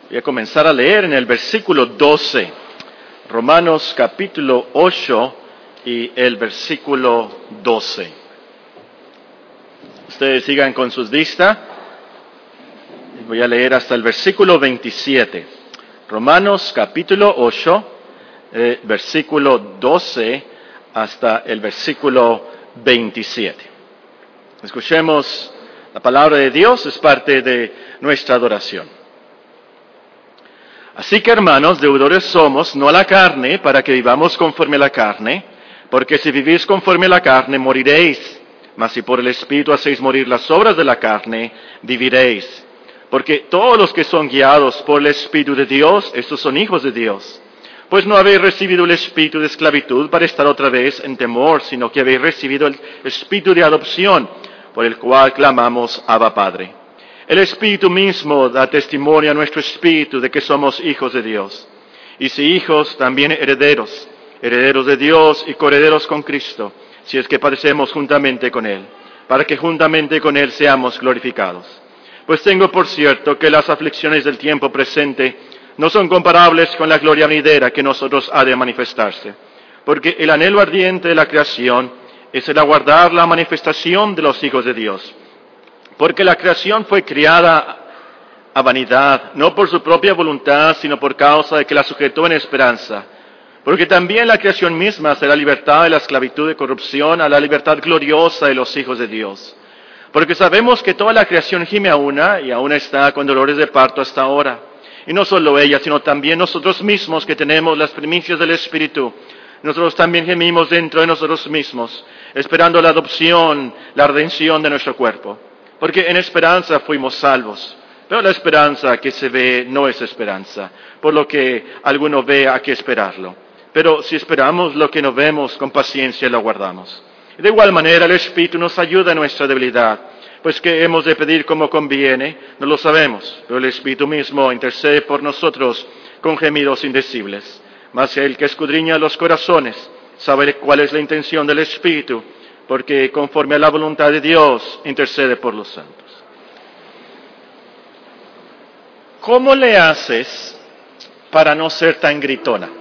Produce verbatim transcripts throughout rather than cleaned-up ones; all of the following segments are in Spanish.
Voy a comenzar a leer en el versículo doce, Romanos capítulo ocho y el versículo doce. Ustedes sigan con sus listas. Voy a leer hasta el versículo veintisiete. Romanos capítulo ocho, eh, versículo doce hasta el versículo veintisiete. Escuchemos la palabra de Dios, es parte de nuestra adoración. Así que, hermanos, deudores somos, no a la carne, para que vivamos conforme a la carne, porque si vivís conforme a la carne, moriréis. Mas si por el Espíritu hacéis morir las obras de la carne, viviréis. Porque todos los que son guiados por el Espíritu de Dios, estos son hijos de Dios. Pues no habéis recibido el espíritu de esclavitud para estar otra vez en temor, sino que habéis recibido el espíritu de adopción, por el cual clamamos Abba Padre. El Espíritu mismo da testimonio a nuestro espíritu de que somos hijos de Dios. Y si hijos, también herederos, herederos de Dios y coherederos con Cristo, si es que padecemos juntamente con Él, para que juntamente con Él seamos glorificados. Pues tengo por cierto que las aflicciones del tiempo presente no son comparables con la gloria venidera que nosotros ha de manifestarse. Porque el anhelo ardiente de la creación es el aguardar la manifestación de los hijos de Dios. Porque la creación fue criada a vanidad, no por su propia voluntad, sino por causa de que la sujetó en esperanza. Porque también la creación misma será libertada de la esclavitud de corrupción a la libertad gloriosa de los hijos de Dios. Porque sabemos que toda la creación gime a una y aún está con dolores de parto hasta ahora. Y no solo ella, sino también nosotros mismos que tenemos las primicias del Espíritu. Nosotros también gemimos dentro de nosotros mismos, esperando la adopción, la redención de nuestro cuerpo. Porque en esperanza fuimos salvos. Pero la esperanza que se ve no es esperanza, por lo que alguno ve hay que esperarlo. Pero si esperamos lo que no vemos, con paciencia lo guardamos. De igual manera el Espíritu nos ayuda en nuestra debilidad, pues que hemos de pedir como conviene, no lo sabemos, pero el Espíritu mismo intercede por nosotros con gemidos indecibles. Mas el que escudriña los corazones sabe cuál es la intención del Espíritu, porque conforme a la voluntad de Dios intercede por los santos. ¿Cómo le haces para no ser tan gritona?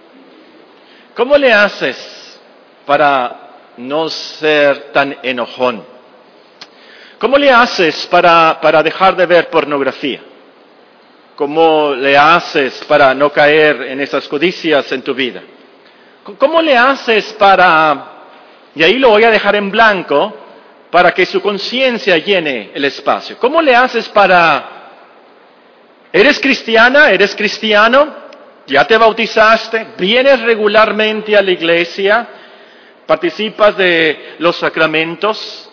¿Cómo le haces para no ser tan enojón? ¿Cómo le haces para, para dejar de ver pornografía? ¿Cómo le haces para no caer en esas codicias en tu vida? ¿Cómo le haces para, y ahí lo voy a dejar en blanco, para que su conciencia llene el espacio? ¿Cómo le haces para, eres cristiana, eres cristiano, ya te bautizaste, vienes regularmente a la iglesia, participas de los sacramentos,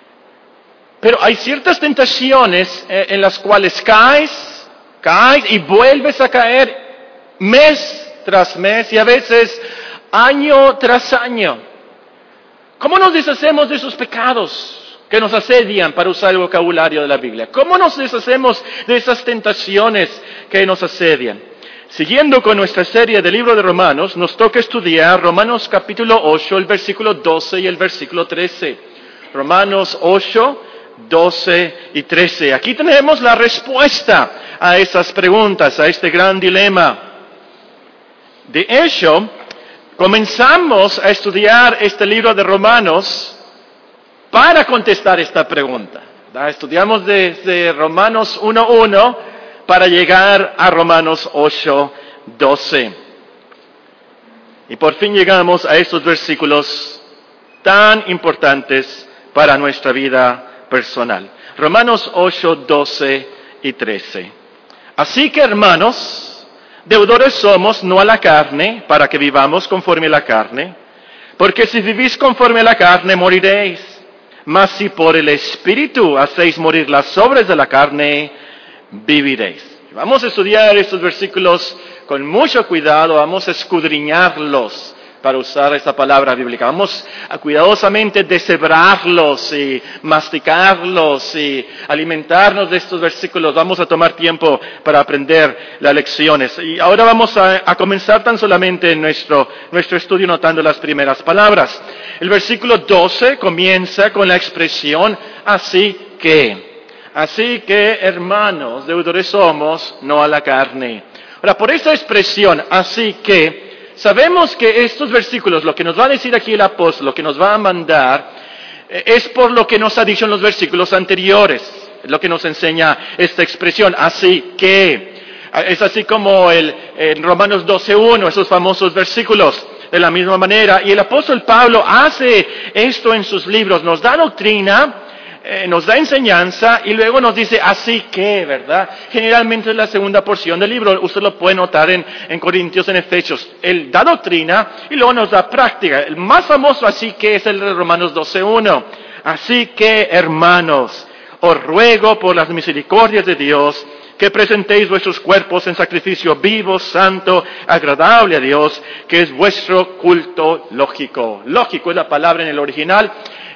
pero hay ciertas tentaciones en las cuales caes, caes y vuelves a caer mes tras mes y a veces año tras año? ¿Cómo nos deshacemos de esos pecados que nos asedian, para usar el vocabulario de la Biblia? ¿Cómo nos deshacemos de esas tentaciones que nos asedian? Siguiendo con nuestra serie del libro de Romanos, nos toca estudiar Romanos capítulo ocho, el versículo doce y el versículo trece. Romanos ocho, doce y trece. Aquí tenemos la respuesta a esas preguntas, a este gran dilema. De hecho, comenzamos a estudiar este libro de Romanos para contestar esta pregunta. Estudiamos desde Romanos uno uno para llegar a Romanos ocho doce. Y por fin llegamos a estos versículos tan importantes para nuestra vida personal. Romanos ocho, doce y trece. Así que, hermanos, deudores somos, no a la carne, para que vivamos conforme a la carne. Porque si vivís conforme a la carne, moriréis. Mas si por el Espíritu hacéis morir las obras de la carne, viviréis. Vamos a estudiar estos versículos con mucho cuidado, vamos a escudriñarlos, para usar esta palabra bíblica. Vamos a cuidadosamente deshebrarlos y masticarlos y alimentarnos de estos versículos. Vamos a tomar tiempo para aprender las lecciones. Y ahora vamos a, a comenzar tan solamente nuestro, nuestro estudio notando las primeras palabras. El versículo doce comienza con la expresión así que. Así que, hermanos, deudores somos, no a la carne. Ahora, por esta expresión, así que, sabemos que estos versículos, lo que nos va a decir aquí el apóstol, lo que nos va a mandar, es por lo que nos ha dicho en los versículos anteriores, lo que nos enseña esta expresión, así que. Es así como el, en Romanos doce uno, esos famosos versículos, de la misma manera. Y el apóstol Pablo hace esto en sus libros, nos da doctrina, eh, nos da enseñanza y luego nos dice, así que, ¿verdad? Generalmente es la segunda porción del libro, usted lo puede notar en, en Corintios, en Efesios. Él da doctrina y luego nos da práctica. El más famoso así que es el de Romanos doce uno. Así que, hermanos, os ruego por las misericordias de Dios, que presentéis vuestros cuerpos en sacrificio vivo, santo, agradable a Dios, que es vuestro culto lógico. Lógico es la palabra en el original.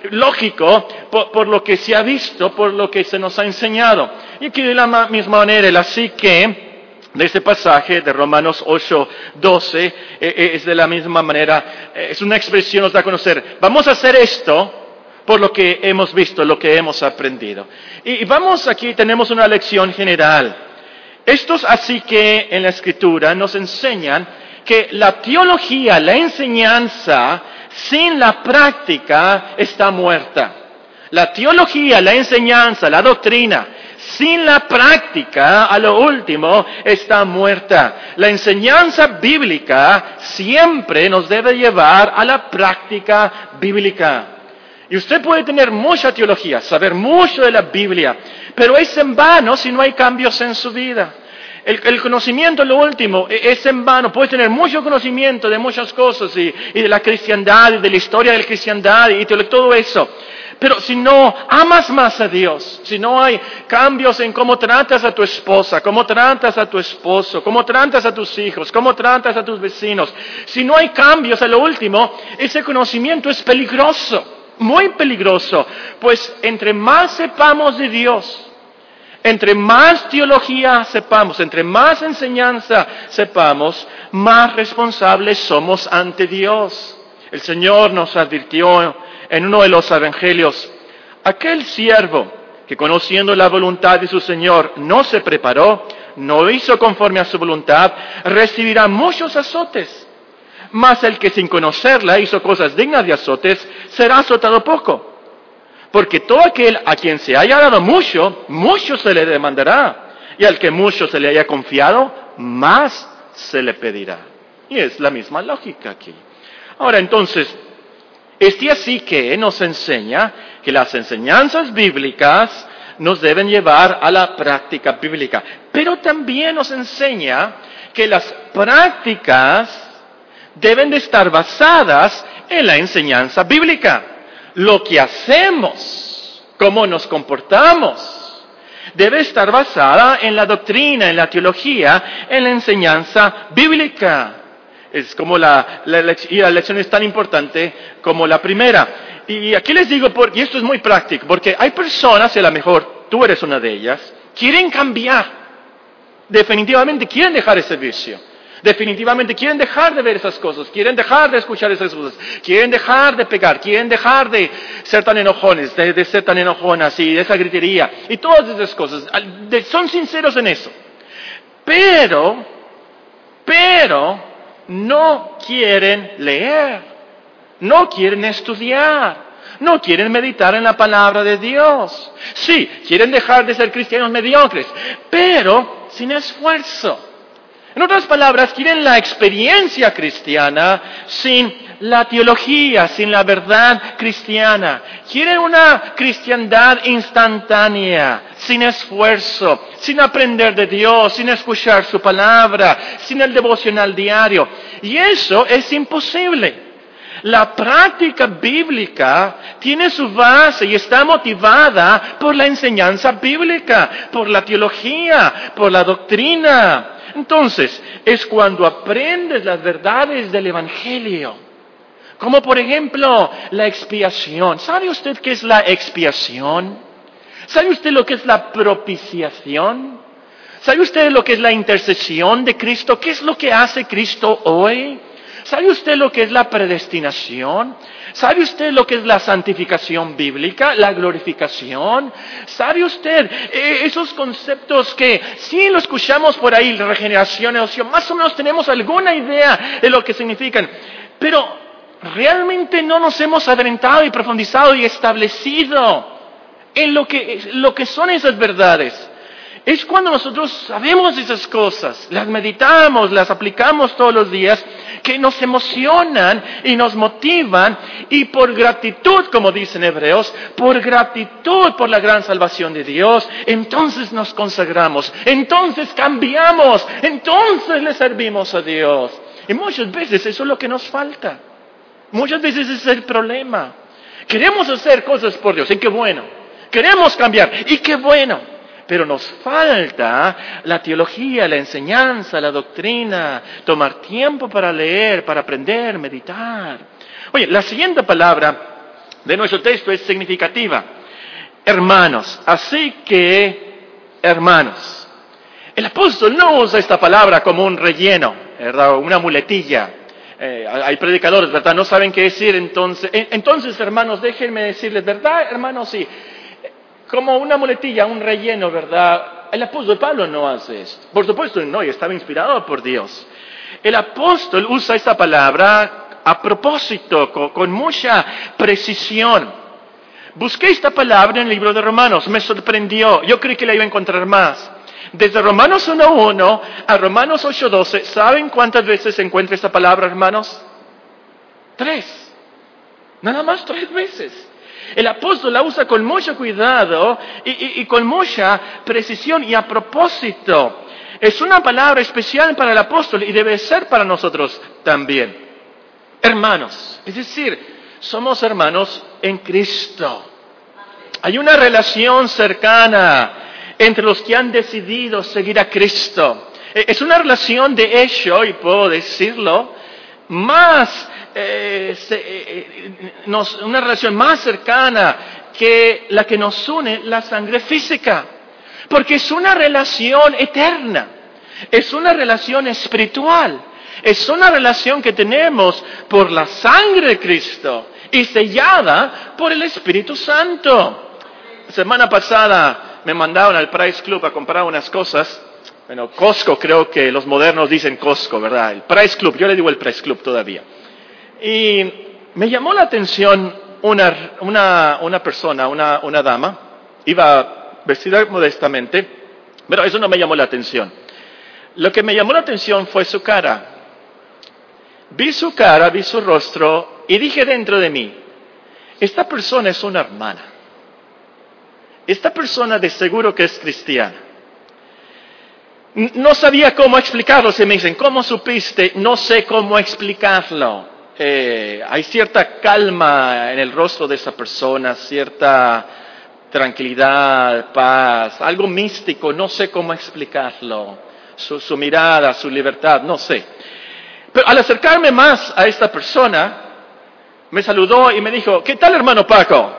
Lógico por, por lo que se ha visto, por lo que se nos ha enseñado. Y aquí de la misma manera, el así que, de este pasaje de Romanos ocho doce, eh, eh, es de la misma manera, eh, es una expresión, nos da a conocer, vamos a hacer esto, por lo que hemos visto, lo que hemos aprendido. Y vamos aquí, tenemos una lección general. Estos así que en la Escritura nos enseñan que la teología, la enseñanza, sin la práctica está muerta. La teología, la enseñanza, la doctrina, sin la práctica, a lo último, está muerta. La enseñanza bíblica siempre nos debe llevar a la práctica bíblica. Y usted puede tener mucha teología, saber mucho de la Biblia, pero es en vano si no hay cambios en su vida. El, el conocimiento, lo último, es en vano. Puede tener mucho conocimiento de muchas cosas y, y de la cristiandad, y de la historia de la cristiandad y de todo eso. Pero si no amas más a Dios, si no hay cambios en cómo tratas a tu esposa, cómo tratas a tu esposo, cómo tratas a tus hijos, cómo tratas a tus vecinos, si no hay cambios a lo último, ese conocimiento es peligroso. Muy peligroso, pues entre más sepamos de Dios, entre más teología sepamos, entre más enseñanza sepamos, más responsables somos ante Dios. El Señor nos advirtió en uno de los evangelios, aquel siervo que conociendo la voluntad de su Señor no se preparó, no hizo conforme a su voluntad, recibirá muchos azotes. Mas el que sin conocerla hizo cosas dignas de azotes, será azotado poco. Porque todo aquel a quien se haya dado mucho, mucho se le demandará. Y al que mucho se le haya confiado, más se le pedirá. Y es la misma lógica aquí. Ahora entonces, este así que nos enseña que las enseñanzas bíblicas nos deben llevar a la práctica bíblica. Pero también nos enseña que las prácticas deben de estar basadas en la enseñanza bíblica. Lo que hacemos, cómo nos comportamos, debe estar basada en la doctrina, en la teología, en la enseñanza bíblica. Es como la, la, y la lección es tan importante como la primera. Y aquí les digo, por, y esto es muy práctico, porque hay personas, y a lo mejor tú eres una de ellas, quieren cambiar. Definitivamente quieren dejar ese vicio. Definitivamente quieren dejar de ver esas cosas, quieren dejar de escuchar esas cosas, quieren dejar de pecar, quieren dejar de ser tan enojones, de, de ser tan enojonas y de esa gritería y todas esas cosas. De, son sinceros en eso. Pero, pero, no quieren leer, no quieren estudiar, no quieren meditar en la palabra de Dios. Sí, quieren dejar de ser cristianos mediocres, pero sin esfuerzo. En otras palabras, quieren la experiencia cristiana sin la teología, sin la verdad cristiana. Quieren una cristiandad instantánea, sin esfuerzo, sin aprender de Dios, sin escuchar su palabra, sin el devocional diario. Y eso es imposible. La práctica bíblica tiene su base y está motivada por la enseñanza bíblica, por la teología, por la doctrina. Entonces, es cuando aprendes las verdades del Evangelio, como por ejemplo la expiación. ¿Sabe usted qué es la expiación? ¿Sabe usted lo que es la propiciación? ¿Sabe usted lo que es la intercesión de Cristo? ¿Qué es lo que hace Cristo hoy? ¿Sabe usted lo que es la predestinación? ¿Sabe usted lo que es la santificación bíblica, la glorificación? ¿Sabe usted eh, esos conceptos que sí lo escuchamos por ahí, regeneración, elección, más o menos tenemos alguna idea de lo que significan, pero realmente no nos hemos adentrado y profundizado y establecido en lo que, lo que son esas verdades? Es cuando nosotros sabemos esas cosas, las meditamos, las aplicamos todos los días, que nos emocionan y nos motivan, y por gratitud, como dicen Hebreos, por gratitud por la gran salvación de Dios, entonces nos consagramos, entonces cambiamos, entonces le servimos a Dios. Y muchas veces eso es lo que nos falta. Muchas veces ese es el problema. Queremos hacer cosas por Dios, y qué bueno. Queremos cambiar, y qué bueno. Pero nos falta la teología, la enseñanza, la doctrina, tomar tiempo para leer, para aprender, meditar. Oye, la siguiente palabra de nuestro texto es significativa. Hermanos. Así que, hermanos. El apóstol no usa esta palabra como un relleno, ¿verdad? Una muletilla. Eh, hay predicadores, ¿verdad? No saben qué decir, entonces, entonces, hermanos, déjenme decirles, ¿verdad, hermanos? Sí. Como una muletilla, un relleno, ¿verdad? El apóstol Pablo no hace esto. Por supuesto, no, y estaba inspirado por Dios. El apóstol usa esta palabra a propósito, con, con mucha precisión. Busqué esta palabra en el libro de Romanos, me sorprendió, yo creí que la iba a encontrar más. Desde Romanos uno uno a Romanos ocho doce, ¿saben cuántas veces se encuentra esta palabra, hermanos? Tres. Nada más tres veces. El apóstol la usa con mucho cuidado y, y, y con mucha precisión y a propósito. Es una palabra especial para el apóstol y debe ser para nosotros también. Hermanos, es decir, somos hermanos en Cristo. Hay una relación cercana entre los que han decidido seguir a Cristo. Es una relación de hecho, y puedo decirlo, más Eh, se, eh, nos, una relación más cercana que la que nos une la sangre física, porque es una relación eterna, es una relación espiritual, es una relación que tenemos por la sangre de Cristo y sellada por el Espíritu Santo. La semana pasada me mandaron al Price Club a comprar unas cosas. Bueno, Costco, creo que los modernos dicen Costco, ¿verdad? El Price Club, yo le digo el Price Club todavía. Y me llamó la atención una, una, una persona, una, una dama, iba vestida modestamente, pero eso no me llamó la atención. Lo que me llamó la atención fue su cara. Vi su cara, vi su rostro y dije dentro de mí, esta persona es una hermana. Esta persona de seguro que es cristiana. No sabía cómo explicarlo, se me dicen, ¿cómo supiste? No sé cómo explicarlo. Eh, hay cierta calma en el rostro de esa persona, cierta tranquilidad, paz, algo místico, no sé cómo explicarlo, su, su mirada, su libertad, no sé. Pero al acercarme más a esta persona, me saludó y me dijo, ¿qué tal, hermano Paco?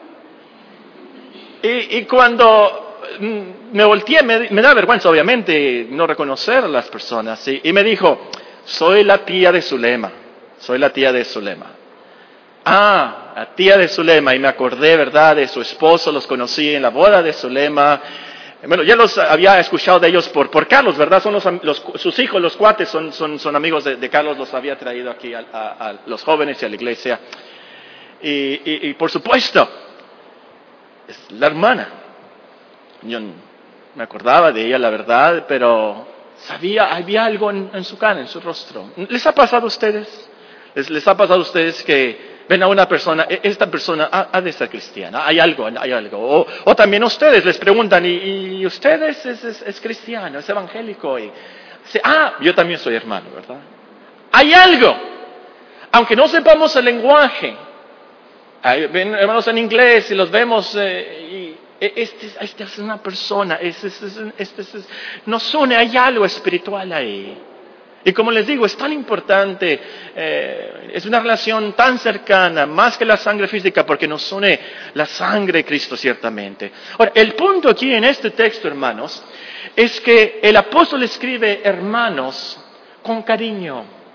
Y, y cuando me volteé, me, me da vergüenza obviamente no reconocer a las personas, ¿sí? Y me dijo, soy la tía de Zulema. Soy la tía de Zulema. Ah, la tía de Zulema. Y me acordé, ¿verdad?, de su esposo. Los conocí en la boda de Zulema. Bueno, ya los había escuchado de ellos por, por Carlos, ¿verdad? Son los, los, sus hijos, los cuates, son, son, son amigos de, de Carlos. Los había traído aquí a, a, a los jóvenes y a la iglesia. Y, y, y por supuesto, es la hermana. Yo me acordaba de ella, la verdad, pero sabía, había algo en, en su cara, en su rostro. ¿Les ha pasado a ustedes? ¿Les, les ha pasado a ustedes que ven a una persona, esta persona ha, ha de ser cristiana, hay algo, hay algo? O, o también ustedes les preguntan, ¿y, y ustedes es, es, es cristiano, es evangélico? Y dice, ah, yo también soy hermano, ¿verdad? Hay algo, aunque no sepamos el lenguaje. Hay, ven hermanos en inglés y los vemos, eh, y este, este es una persona, este, este, este, este, nos une, hay algo espiritual ahí. Y como les digo, es tan importante, eh, es una relación tan cercana, más que la sangre física, porque nos une la sangre de Cristo ciertamente. Ahora, el punto aquí en este texto, hermanos, es que el apóstol escribe hermanos con cariño.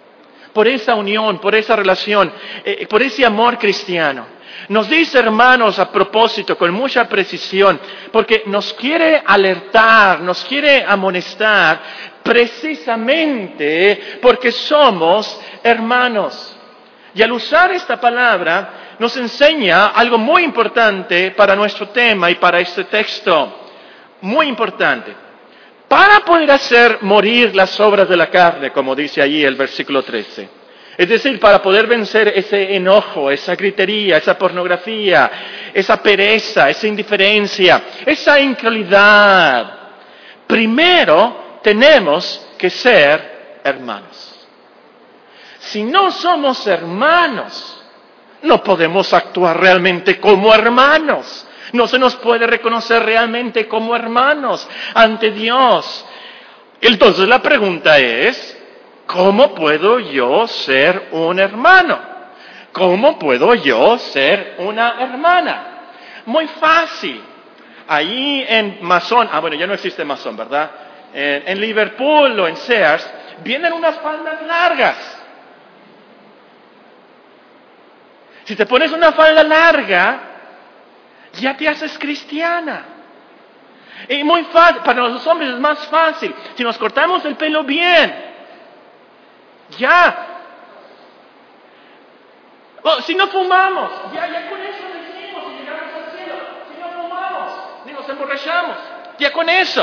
por esa unión, por esa relación, eh, por ese amor cristiano. Nos dice, hermanos, a propósito, con mucha precisión, porque nos quiere alertar, nos quiere amonestar, precisamente porque somos hermanos. Y al usar esta palabra, nos enseña algo muy importante para nuestro tema y para este texto. Muy importante. Para poder hacer morir las obras de la carne, como dice allí el versículo trece. Es decir, para poder vencer ese enojo, esa gritería, esa pornografía, esa pereza, esa indiferencia, esa incredulidad. Primero tenemos que ser hermanos. Si no somos hermanos, no podemos actuar realmente como hermanos. No se nos puede reconocer realmente como hermanos ante Dios. Entonces la pregunta es, ¿cómo puedo yo ser un hermano? ¿Cómo puedo yo ser una hermana? Muy fácil. Ahí en Mason, ah bueno, ya no existe Mason, ¿verdad? En, en Liverpool o en Sears, vienen unas faldas largas. Si te pones una falda larga, ya te haces cristiana. Y muy fácil, para los hombres es más fácil. Si nos cortamos el pelo bien, ya. Oh, si no fumamos, ya, ya con eso decimos y llegamos al cielo. Si no fumamos, ni nos emborrachamos, ya con eso.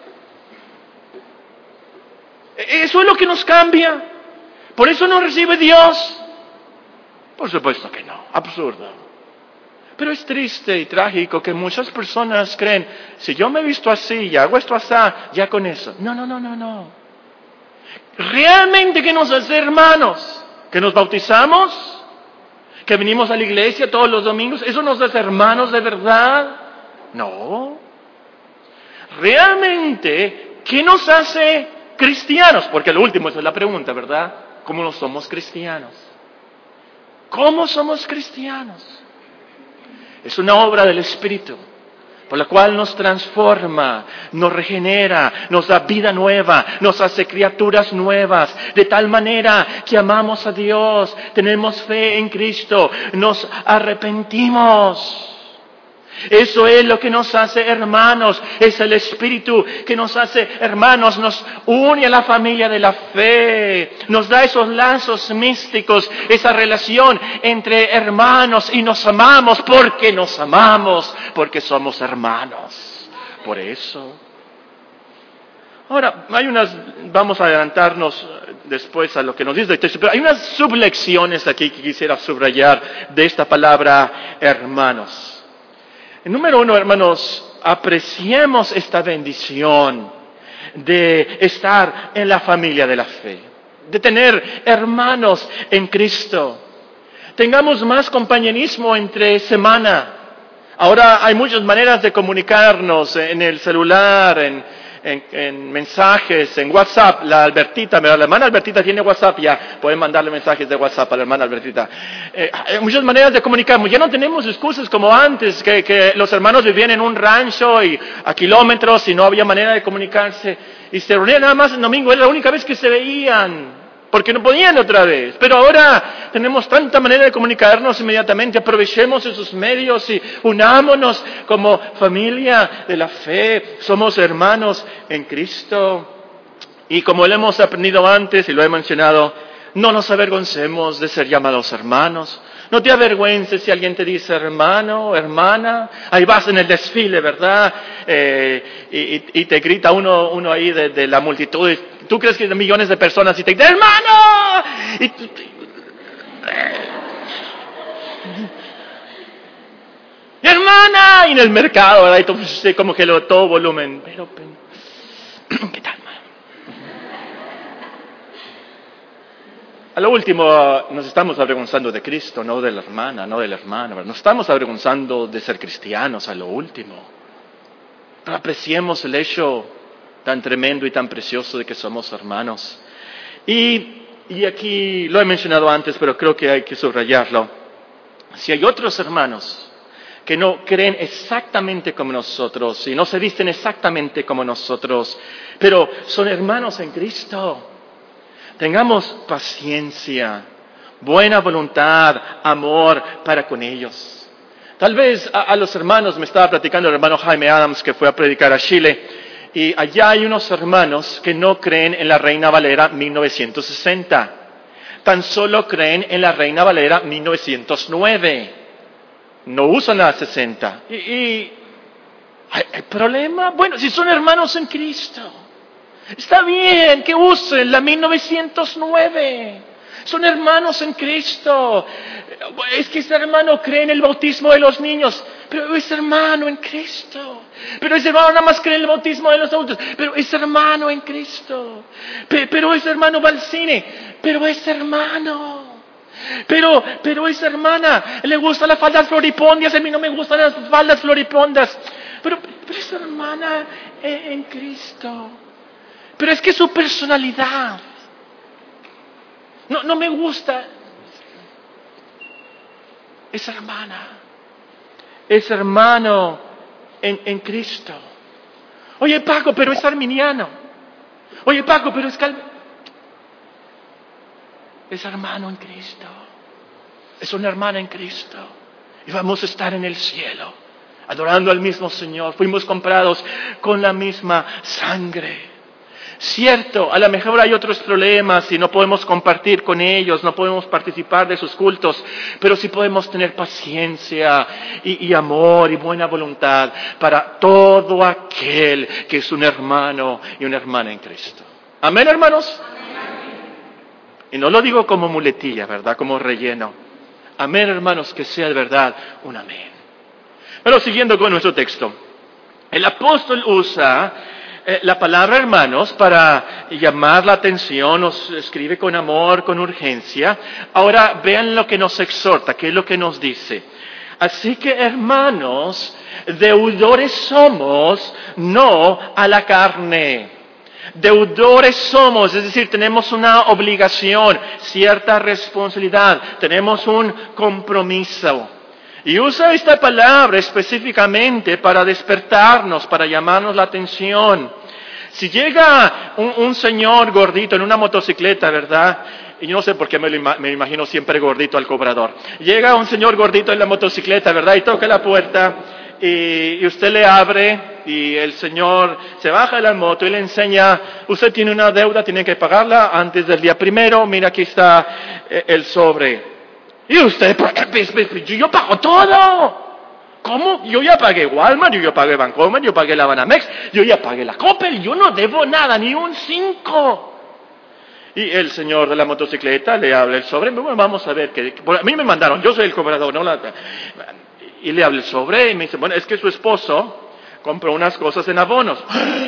Eso es lo que nos cambia. Por eso no recibe Dios. Por supuesto que no, absurdo. Pero es triste y trágico que muchas personas creen, si yo me he visto así y hago esto así, ya con eso. No, no, no, no, no. Realmente que nos hace hermanos, que nos bautizamos, que venimos a la iglesia todos los domingos, ¿eso nos hace hermanos de verdad? No. Realmente, ¿qué nos hace cristianos? Porque lo último, esa es la pregunta, ¿verdad? ¿Cómo no somos cristianos? ¿Cómo somos cristianos? Es una obra del Espíritu, por la cual nos transforma, nos regenera, nos da vida nueva, nos hace criaturas nuevas, de tal manera que amamos a Dios, tenemos fe en Cristo, nos arrepentimos. Eso es lo que nos hace hermanos, es el Espíritu que nos hace hermanos, nos une a la familia de la fe, nos da esos lazos místicos, esa relación entre hermanos y nos amamos porque nos amamos, porque somos hermanos. Por eso. Ahora, hay unas, vamos a adelantarnos después a lo que nos dice el texto, pero hay unas sublecciones aquí que quisiera subrayar de esta palabra hermanos. Número uno, hermanos, apreciemos esta bendición de estar en la familia de la fe, de tener hermanos en Cristo. Tengamos más compañerismo entre semana. Ahora hay muchas maneras de comunicarnos en el celular, en, en, en mensajes, en WhatsApp. La Albertita, la hermana Albertita tiene WhatsApp ya, pueden mandarle mensajes de WhatsApp a la hermana Albertita. Eh, hay muchas maneras de comunicarnos. Ya no tenemos excusas como antes, que, que los hermanos vivían en un rancho y a kilómetros y no había manera de comunicarse. Y se reunían nada más el domingo, era la única vez que se veían. Porque no podían otra vez. Pero ahora tenemos tanta manera de comunicarnos inmediatamente. Aprovechemos esos medios y unámonos como familia de la fe. Somos hermanos en Cristo. Y como lo hemos aprendido antes y lo he mencionado, no nos avergoncemos de ser llamados hermanos. No te avergüences si alguien te dice hermano, hermana. Ahí vas en el desfile, ¿verdad? Eh, y, y te grita uno, uno ahí de, de la multitud. Y tú crees que hay millones de personas y te dicen ¡hermano! Y tú, ¡hermana! Y en el mercado, ¿verdad? Y tú, como que lo, todo volumen. Pero, ¿qué tal? A lo último, nos estamos avergonzando de Cristo, no de la hermana, no del hermano. Nos estamos avergonzando de ser cristianos a lo último. Pero apreciemos el hecho tan tremendo y tan precioso de que somos hermanos. Y, y aquí lo he mencionado antes, pero creo que hay que subrayarlo. Si hay otros hermanos que no creen exactamente como nosotros y no se visten exactamente como nosotros, pero son hermanos en Cristo, Tengamos paciencia, buena voluntad, amor para con ellos. Tal vez a, a los hermanos, me estaba platicando el hermano Jaime Adams que fue a predicar a Chile, y allá hay unos hermanos que no creen en la Reina Valera mil novecientos sesenta, tan solo creen en la Reina Valera mil novecientos nueve, no usan la sesenta. Y, y ¿hay, ¿hay problema? Bueno, si son hermanos en Cristo, está bien que usen la mil novecientos nueve. Son hermanos en Cristo. Es que ese hermano cree en el bautismo de los niños, pero es hermano en Cristo. Pero ese hermano nada más cree en el bautismo de los adultos, pero es hermano en Cristo. Pero ese hermano va al cine, pero es hermano. Pero, pero esa hermana le gustan las faldas floripondias, a mí no me gustan las faldas floripondas. Pero, pero esa hermana en, en Cristo. Pero es que su personalidad no, no me gusta. Es hermana, es hermano en, en Cristo. Oye, Paco, pero es arminiano. Oye, Paco, pero es cal... Es hermano en Cristo. Es una hermana en Cristo. Y vamos a estar en el cielo, adorando al mismo Señor. Fuimos comprados con la misma sangre. Cierto, a lo mejor hay otros problemas y no podemos compartir con ellos, no podemos participar de sus cultos, pero sí podemos tener paciencia y, y amor y buena voluntad para todo aquel que es un hermano y una hermana en Cristo. ¿Amén, hermanos? Y no lo digo como muletilla, ¿verdad? Como relleno. Amén, hermanos, que sea de verdad un amén. Pero siguiendo con nuestro texto, el apóstol usa Eh, la palabra hermanos para llamar la atención, nos escribe con amor, con urgencia. Ahora vean lo que nos exhorta, qué es lo que nos dice. Así que hermanos, deudores somos, no a la carne. Deudores somos, es decir, tenemos una obligación, cierta responsabilidad, tenemos un compromiso. Y usa esta palabra específicamente para despertarnos, para llamarnos la atención. Si llega un, un señor gordito en una motocicleta, ¿verdad? Y yo no sé por qué me, lo ima- me imagino siempre gordito al cobrador. Llega un señor gordito en la motocicleta, ¿verdad? Y toca la puerta y, y usted le abre y el señor se baja de la moto y le enseña, usted tiene una deuda, tiene que pagarla antes del día primero, mira aquí está eh, el sobre. Y usted, yo, yo pago todo. ¿Cómo? Yo ya pagué Walmart, yo ya pagué Bancomer, yo pagué la Banamex, yo ya pagué la Coppel, yo no debo nada, ni un cinco. Y el señor de la motocicleta le habla el sobre, bueno, vamos a ver, que a mí me mandaron, yo soy el cobrador, no la... Y le habla el sobre y me dice, bueno, es que su esposo compró unas cosas en abonos.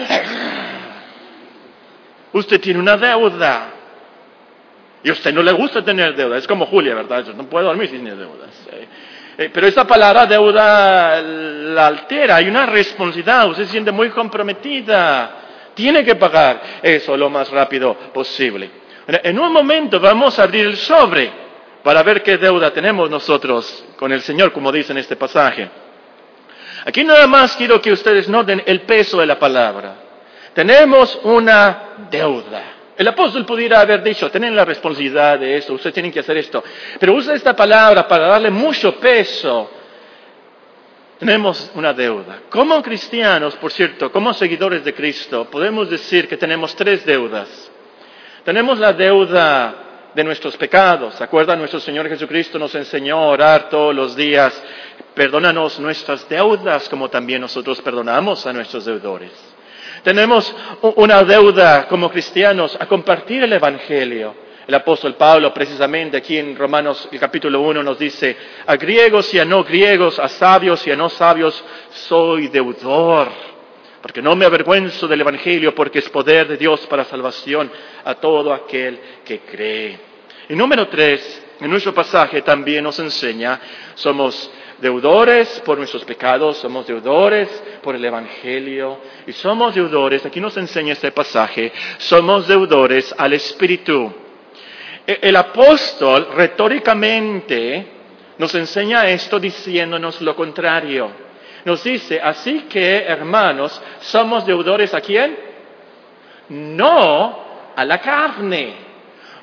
Usted tiene una deuda. Y a usted no le gusta tener deuda, es como Julia, ¿verdad? Yo no puedo dormir sin tener deudas. Eh, eh, pero esa palabra deuda la altera, hay una responsabilidad, usted se siente muy comprometida, tiene que pagar eso lo más rápido posible. En un momento vamos a abrir el sobre para ver qué deuda tenemos nosotros con el Señor, como dice en este pasaje. Aquí nada más quiero que ustedes noten el peso de la palabra. Tenemos una deuda. El apóstol pudiera haber dicho, tienen la responsabilidad de esto, ustedes tienen que hacer esto. Pero usa esta palabra para darle mucho peso. Tenemos una deuda. Como cristianos, por cierto, como seguidores de Cristo, podemos decir que tenemos tres deudas. Tenemos la deuda de nuestros pecados. ¿Se acuerdan? Nuestro Señor Jesucristo nos enseñó a orar todos los días. Perdónanos nuestras deudas como también nosotros perdonamos a nuestros deudores. Tenemos una deuda como cristianos a compartir el Evangelio. El apóstol Pablo, precisamente aquí en Romanos el capítulo uno, nos dice, a griegos y a no griegos, a sabios y a no sabios, soy deudor. Porque no me avergüenzo del Evangelio, porque es poder de Dios para salvación a todo aquel que cree. Y número tres, en nuestro pasaje también nos enseña, somos deudores por nuestros pecados, somos deudores por el Evangelio y somos deudores, aquí nos enseña este pasaje, somos deudores al Espíritu. El apóstol retóricamente nos enseña esto diciéndonos lo contrario. Nos dice, así que hermanos, somos deudores ¿a quién? No a la carne.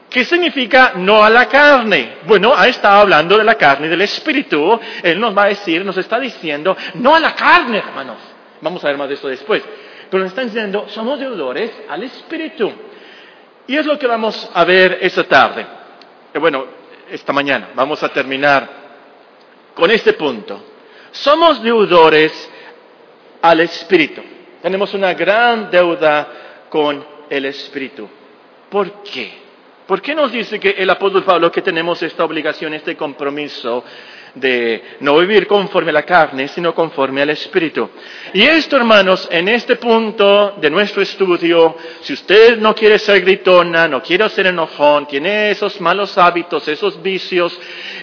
¿Qué significa no a la carne? Bueno, ha estado hablando de la carne y del espíritu. Él nos va a decir, nos está diciendo, no a la carne, hermanos. Vamos a ver más de eso después. Pero nos está diciendo, somos deudores al espíritu. Y es lo que vamos a ver esta tarde. Eh, bueno, esta mañana. Vamos a terminar con este punto. Somos deudores al espíritu. Tenemos una gran deuda con el espíritu. ¿Por qué? ¿Por qué nos dice que el apóstol Pablo que tenemos esta obligación, este compromiso de no vivir conforme a la carne, sino conforme al Espíritu? Y esto, hermanos, en este punto de nuestro estudio, si usted no quiere ser gritona, no quiere ser enojón, tiene esos malos hábitos, esos vicios,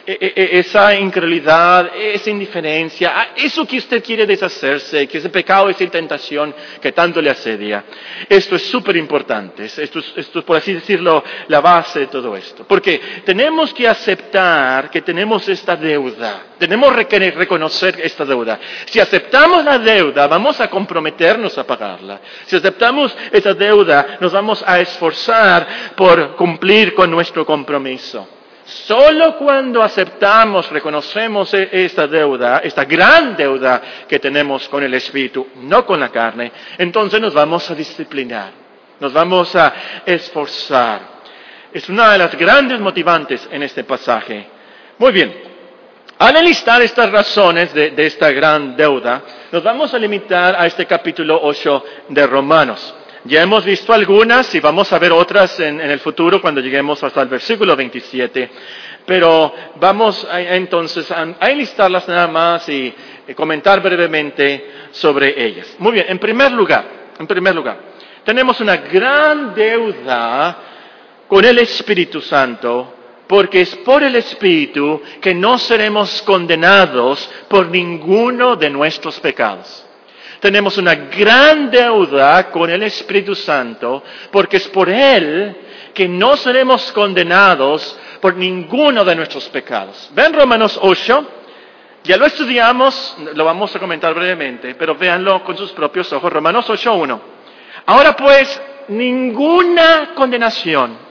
esa incredulidad, esa indiferencia, eso que usted quiere deshacerse, que ese pecado, esa tentación que tanto le asedia, esto es súper importante. Esto es, esto es, por así decirlo, la base de todo esto. Porque tenemos que aceptar que tenemos esta deuda. Tenemos que reconocer esta deuda. Si aceptamos la deuda, vamos a comprometernos a pagarla. Si aceptamos esa deuda, nos vamos a esforzar por cumplir con nuestro compromiso. Solo cuando aceptamos, reconocemos esta deuda, esta gran deuda que tenemos con el Espíritu, no con la carne, entonces nos vamos a disciplinar, nos vamos a esforzar. Es una de las grandes motivantes en este pasaje. Muy bien. Al enlistar estas razones de, de esta gran deuda, nos vamos a limitar a este capítulo ocho de Romanos. Ya hemos visto algunas y vamos a ver otras en, en el futuro cuando lleguemos hasta el versículo veintisiete. Pero vamos a, entonces a, a enlistarlas nada más y, y comentar brevemente sobre ellas. Muy bien, en primer lugar, en primer lugar, tenemos una gran deuda con el Espíritu Santo, porque es por el Espíritu que no seremos condenados por ninguno de nuestros pecados. Tenemos una gran deuda con el Espíritu Santo, porque es por Él que no seremos condenados por ninguno de nuestros pecados. Ven Romanos ocho, ya lo estudiamos, lo vamos a comentar brevemente, pero véanlo con sus propios ojos. Romanos ocho uno. Ahora pues, ninguna condenación.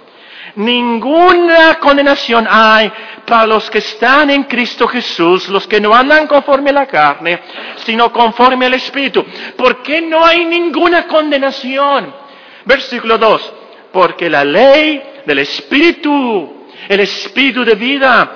Ninguna condenación hay para los que están en Cristo Jesús, los que no andan conforme a la carne, sino conforme al Espíritu. ¿Por qué no hay ninguna condenación? Versículo dos. Porque la ley del Espíritu, el Espíritu de vida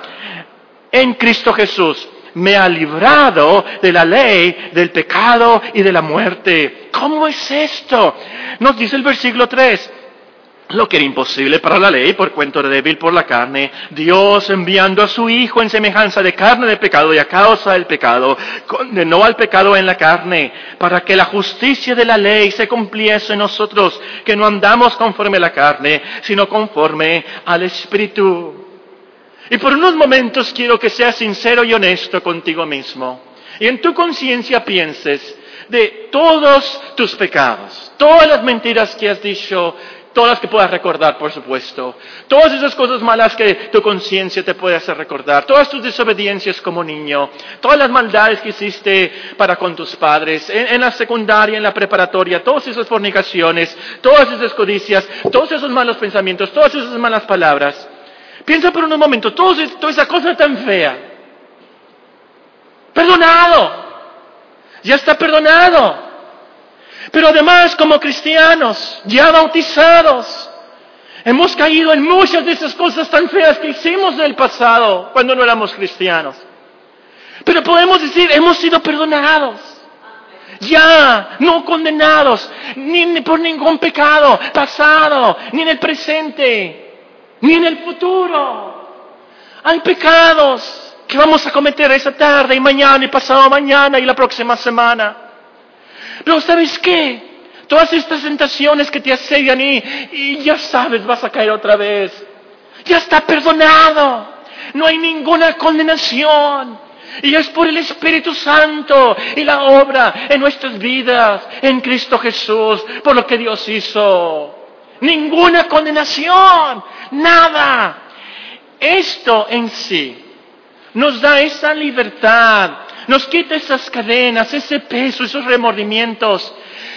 en Cristo Jesús, me ha librado de la ley, del pecado y de la muerte. ¿Cómo es esto? Nos dice el versículo tres. Lo que era imposible para la ley, por cuanto era débil por la carne, Dios enviando a su Hijo en semejanza de carne de pecado y a causa del pecado, condenó al pecado en la carne, para que la justicia de la ley se cumpliese en nosotros, que no andamos conforme a la carne, sino conforme al Espíritu. Y por unos momentos quiero que seas sincero y honesto contigo mismo, y en tu conciencia pienses de todos tus pecados, todas las mentiras que has dicho, todas las que puedas recordar, por supuesto. Todas esas cosas malas que tu conciencia te puede hacer recordar. Todas tus desobediencias como niño. Todas las maldades que hiciste para con tus padres. En, en la secundaria, en la preparatoria. Todas esas fornicaciones. Todas esas codicias. Todos esos malos pensamientos. Todas esas malas palabras. Piensa por un momento. Todo, toda esa cosa tan fea. Perdonado. Ya está perdonado. Pero además, como cristianos, ya bautizados, hemos caído en muchas de esas cosas tan feas que hicimos en el pasado, cuando no éramos cristianos. Pero podemos decir, hemos sido perdonados. Ya, no condenados, ni, ni por ningún pecado pasado, ni en el presente, ni en el futuro. Hay pecados que vamos a cometer esa tarde y mañana y pasado mañana y la próxima semana. Pero ¿sabes qué? Todas estas tentaciones que te asedian y, y ya sabes, vas a caer otra vez. Ya está perdonado. No hay ninguna condenación. Y es por el Espíritu Santo y la obra en nuestras vidas, en Cristo Jesús, por lo que Dios hizo. Ninguna condenación. Nada. Esto en sí nos da esa libertad. Nos quita esas cadenas, ese peso, esos remordimientos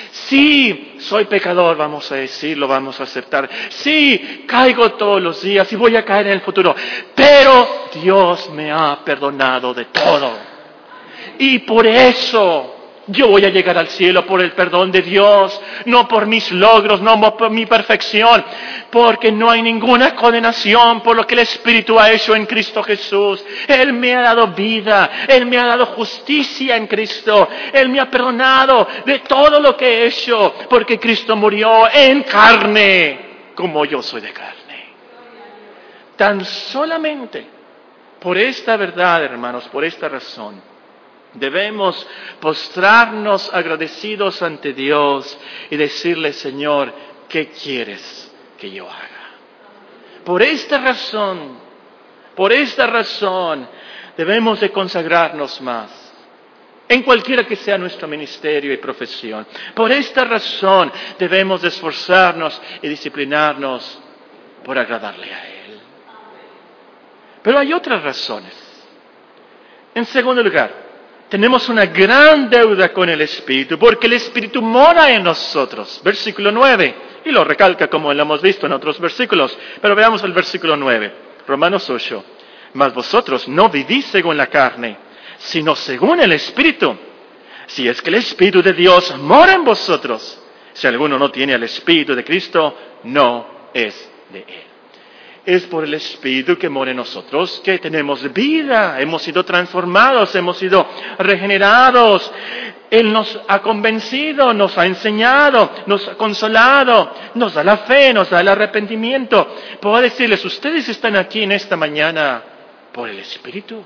Sí, soy pecador, vamos a decirlo, vamos a aceptar. Sí, caigo todos los días y voy a caer en el futuro. Pero Dios me ha perdonado de todo. Y por eso yo voy a llegar al cielo por el perdón de Dios, no por mis logros, no por mi perfección, porque no hay ninguna condenación por lo que el Espíritu ha hecho en Cristo Jesús. Él me ha dado vida, Él me ha dado justicia en Cristo, Él me ha perdonado de todo lo que he hecho, porque Cristo murió en carne, como yo soy de carne. Tan solamente por esta verdad, hermanos, por esta razón, debemos postrarnos agradecidos ante Dios y decirle, Señor, ¿qué quieres que yo haga? Por esta razón, por esta razón, debemos de consagrarnos más, en cualquiera que sea nuestro ministerio y profesión. Por esta razón, debemos de esforzarnos y disciplinarnos por agradarle a Él. Pero hay otras razones. En segundo lugar, tenemos una gran deuda con el Espíritu, porque el Espíritu mora en nosotros. Versículo nueve, y lo recalca como lo hemos visto en otros versículos, pero veamos el versículo nueve, Romanos ocho. Mas vosotros no vivís según la carne, sino según el Espíritu. Si es que el Espíritu de Dios mora en vosotros. Si alguno no tiene el Espíritu de Cristo, no es de Él. Es por el Espíritu que mora en nosotros que tenemos vida, hemos sido transformados, hemos sido regenerados. Él nos ha convencido, nos ha enseñado, nos ha consolado, nos da la fe, nos da el arrepentimiento. Puedo decirles, ustedes están aquí en esta mañana por el Espíritu.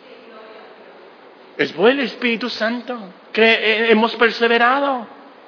Es por el Espíritu Santo que hemos perseverado.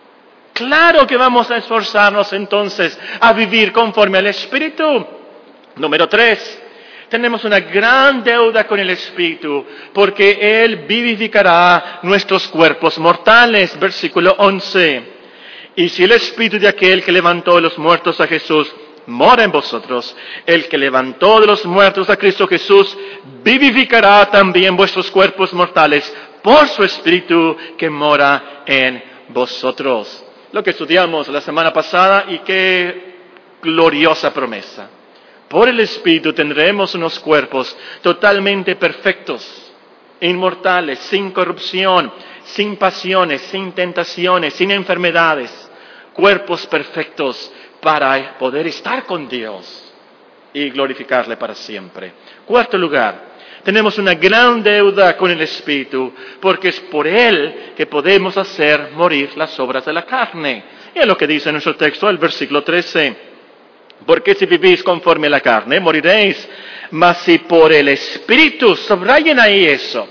Claro que vamos a esforzarnos entonces a vivir conforme al Espíritu. Número tres, tenemos una gran deuda con el Espíritu, porque Él vivificará nuestros cuerpos mortales. Versículo once. Y si el Espíritu de aquel que levantó de los muertos a Jesús mora en vosotros, el que levantó de los muertos a Cristo Jesús vivificará también vuestros cuerpos mortales por su Espíritu que mora en vosotros. Lo que estudiamos la semana pasada, y qué gloriosa promesa. Por el Espíritu tendremos unos cuerpos totalmente perfectos, inmortales, sin corrupción, sin pasiones, sin tentaciones, sin enfermedades. Cuerpos perfectos para poder estar con Dios y glorificarle para siempre. Cuarto lugar, tenemos una gran deuda con el Espíritu, porque es por Él que podemos hacer morir las obras de la carne. Y es lo que dice nuestro texto, el versículo trece. Porque si vivís conforme a la carne, moriréis. Mas si por el Espíritu, subrayen ahí eso,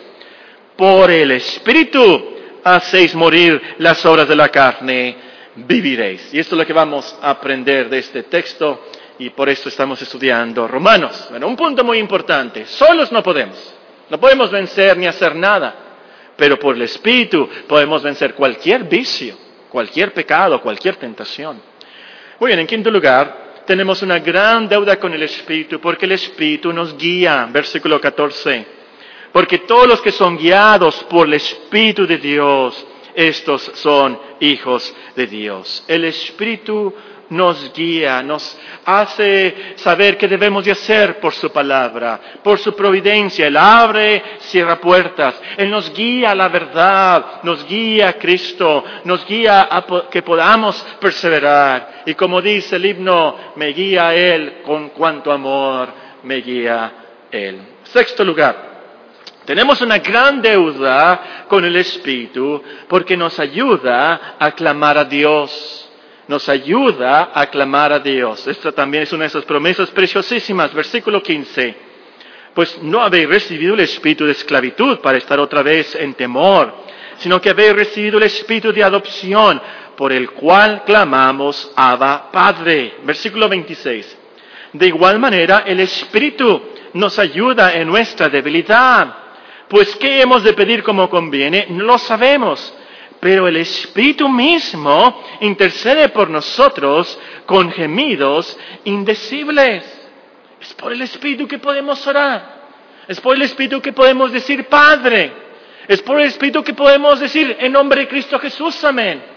por el Espíritu hacéis morir las obras de la carne, viviréis. Y esto es lo que vamos a aprender de este texto, y por esto estamos estudiando Romanos. Bueno, un punto muy importante, solos no podemos, no podemos vencer ni hacer nada, pero por el Espíritu podemos vencer cualquier vicio, cualquier pecado, cualquier tentación. Muy bien, en quinto lugar, tenemos una gran deuda con el Espíritu, porque el Espíritu nos guía. Versículo catorce. Porque todos los que son guiados por el Espíritu de Dios, estos son hijos de Dios. El Espíritu nos guía, nos hace saber qué debemos de hacer por su palabra, por su providencia. Él abre, cierra puertas. Él nos guía a la verdad, nos guía a Cristo, nos guía a que podamos perseverar. Y como dice el himno, me guía Él con cuanto amor me guía Él. Sexto lugar. Tenemos una gran deuda con el Espíritu porque nos ayuda a clamar a Dios. Nos ayuda a clamar a Dios. Esta también es una de esas promesas preciosísimas. Versículo quince. Pues no habéis recibido el espíritu de esclavitud para estar otra vez en temor, sino que habéis recibido el espíritu de adopción, por el cual clamamos, Abba, Padre. Versículo veintiséis. De igual manera, el Espíritu nos ayuda en nuestra debilidad. Pues, ¿qué hemos de pedir como conviene? No lo sabemos. Pero el Espíritu mismo intercede por nosotros con gemidos indecibles. Es por el Espíritu que podemos orar. Es por el Espíritu que podemos decir Padre. Es por el Espíritu que podemos decir en nombre de Cristo Jesús, amén.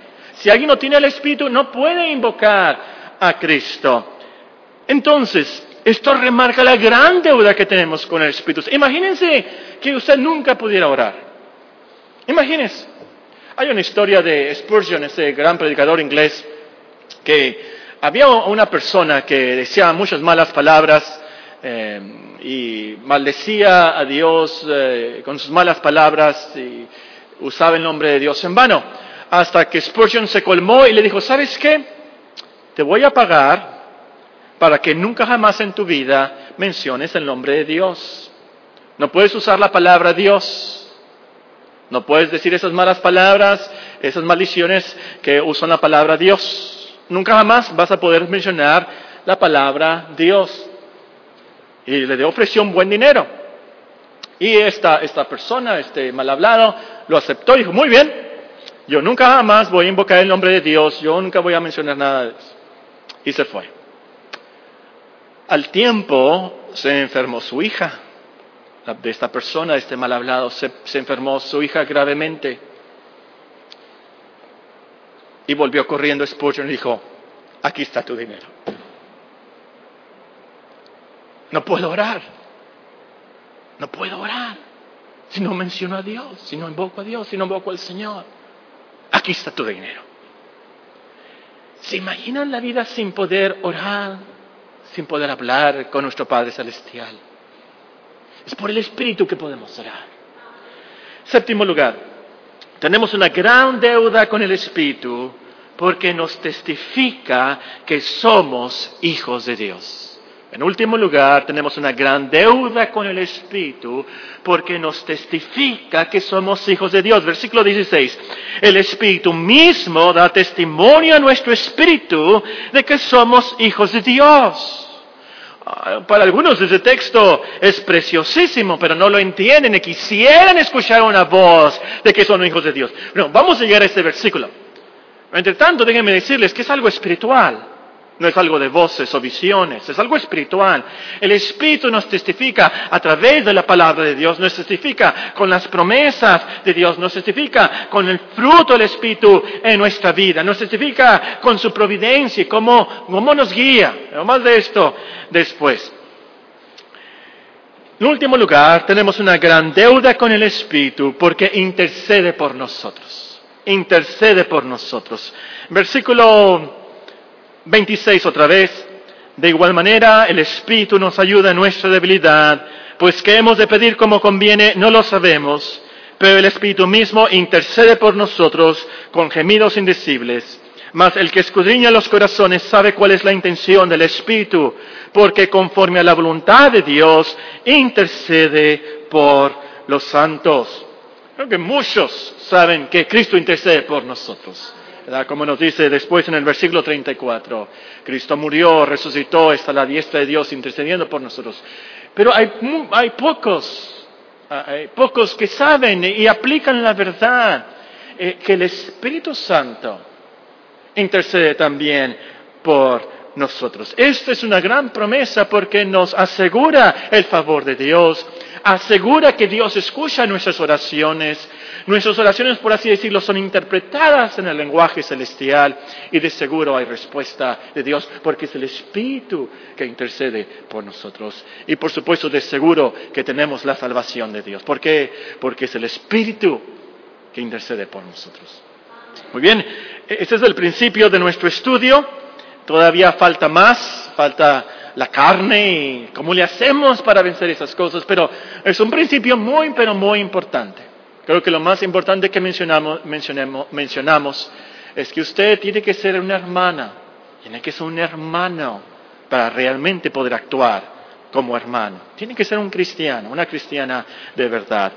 Si alguien no tiene el Espíritu, no puede invocar a Cristo. Entonces, esto remarca la gran deuda que tenemos con el Espíritu. Imagínense que usted nunca pudiera orar. Imagínense. Hay una historia de Spurgeon, ese gran predicador inglés, que había una persona que decía muchas malas palabras eh, y maldecía a Dios eh, con sus malas palabras y usaba el nombre de Dios en vano. Hasta que Spurgeon se colmó y le dijo, ¿sabes qué? Te voy a pagar para que nunca jamás en tu vida menciones el nombre de Dios. No puedes usar la palabra Dios. No puedes decir esas malas palabras, esas maldiciones que usan la palabra Dios. Nunca jamás vas a poder mencionar la palabra Dios. Y le ofreció un buen dinero. Y esta, esta persona, este mal hablado, lo aceptó y dijo, muy bien, yo nunca jamás voy a invocar el nombre de Dios, yo nunca voy a mencionar nada de eso. Y se fue. Al tiempo se enfermó su hija. De esta persona, de este mal hablado, se, se enfermó su hija gravemente. Y volvió corriendo Spurgeon y dijo, aquí está tu dinero. No puedo orar. No puedo orar. Si no menciono a Dios, si no invoco a Dios, si no invoco al Señor. Aquí está tu dinero. ¿Se imaginan la vida sin poder orar, sin poder hablar con nuestro Padre Celestial? Es por el Espíritu que podemos orar. Séptimo lugar, tenemos una gran deuda con el Espíritu porque nos testifica que somos hijos de Dios. En último lugar, tenemos una gran deuda con el Espíritu porque nos testifica que somos hijos de Dios. Versículo dieciséis. El Espíritu mismo da testimonio a nuestro espíritu de que somos hijos de Dios. Para algunos ese texto es preciosísimo, pero no lo entienden y quisieran escuchar una voz de que son hijos de Dios. Bueno, vamos a llegar a este versículo. Entre tanto, déjenme decirles que es algo espiritual. No es algo de voces o visiones, es algo espiritual. El Espíritu nos testifica a través de la palabra de Dios, nos testifica con las promesas de Dios, nos testifica con el fruto del Espíritu en nuestra vida, nos testifica con su providencia y cómo, cómo nos guía. Pero más de esto después. En último lugar, tenemos una gran deuda con el Espíritu porque intercede por nosotros. Intercede por nosotros. Versículo veintiséis otra vez. De igual manera, el Espíritu nos ayuda en nuestra debilidad, pues que hemos de pedir como conviene, no lo sabemos, pero el Espíritu mismo intercede por nosotros con gemidos indecibles. Mas el que escudriña los corazones sabe cuál es la intención del Espíritu, porque conforme a la voluntad de Dios, intercede por los santos. Creo que muchos saben que Cristo intercede por nosotros. ¿Verdad? Como nos dice después en el versículo treinta y cuatro, Cristo murió, resucitó, está a la diestra de Dios intercediendo por nosotros. Pero hay, hay pocos, hay pocos que saben y aplican la verdad, eh, que el Espíritu Santo intercede también por nosotros. Esta es una gran promesa porque nos asegura el favor de Dios, asegura que Dios escucha nuestras oraciones. Nuestras oraciones, por así decirlo, son interpretadas en el lenguaje celestial y de seguro hay respuesta de Dios porque es el Espíritu que intercede por nosotros. Y por supuesto, de seguro que tenemos la salvación de Dios. ¿Por qué? Porque es el Espíritu que intercede por nosotros. Muy bien, este es el principio de nuestro estudio. Todavía falta más, falta la carne y cómo le hacemos para vencer esas cosas, pero es un principio muy, pero muy importante. Creo que lo más importante que mencionamos, mencionemos, mencionamos es que usted tiene que ser una hermana, tiene que ser un hermano para realmente poder actuar como hermano. Tiene que ser un cristiano, una cristiana de verdad.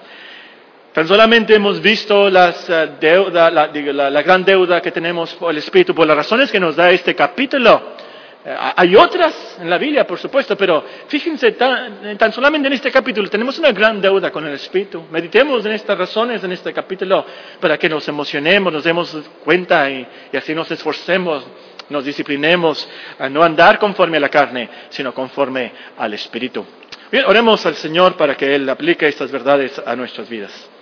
Tan solamente hemos visto las, uh, deuda, la, la, la gran deuda que tenemos por el Espíritu, por las razones que nos da este capítulo. Hay otras en la Biblia, por supuesto, pero fíjense, tan, tan solamente en este capítulo tenemos una gran deuda con el Espíritu. Meditemos en estas razones, en este capítulo, para que nos emocionemos, nos demos cuenta y, y así nos esforcemos, nos disciplinemos a no andar conforme a la carne, sino conforme al Espíritu. Bien, oremos al Señor para que Él aplique estas verdades a nuestras vidas.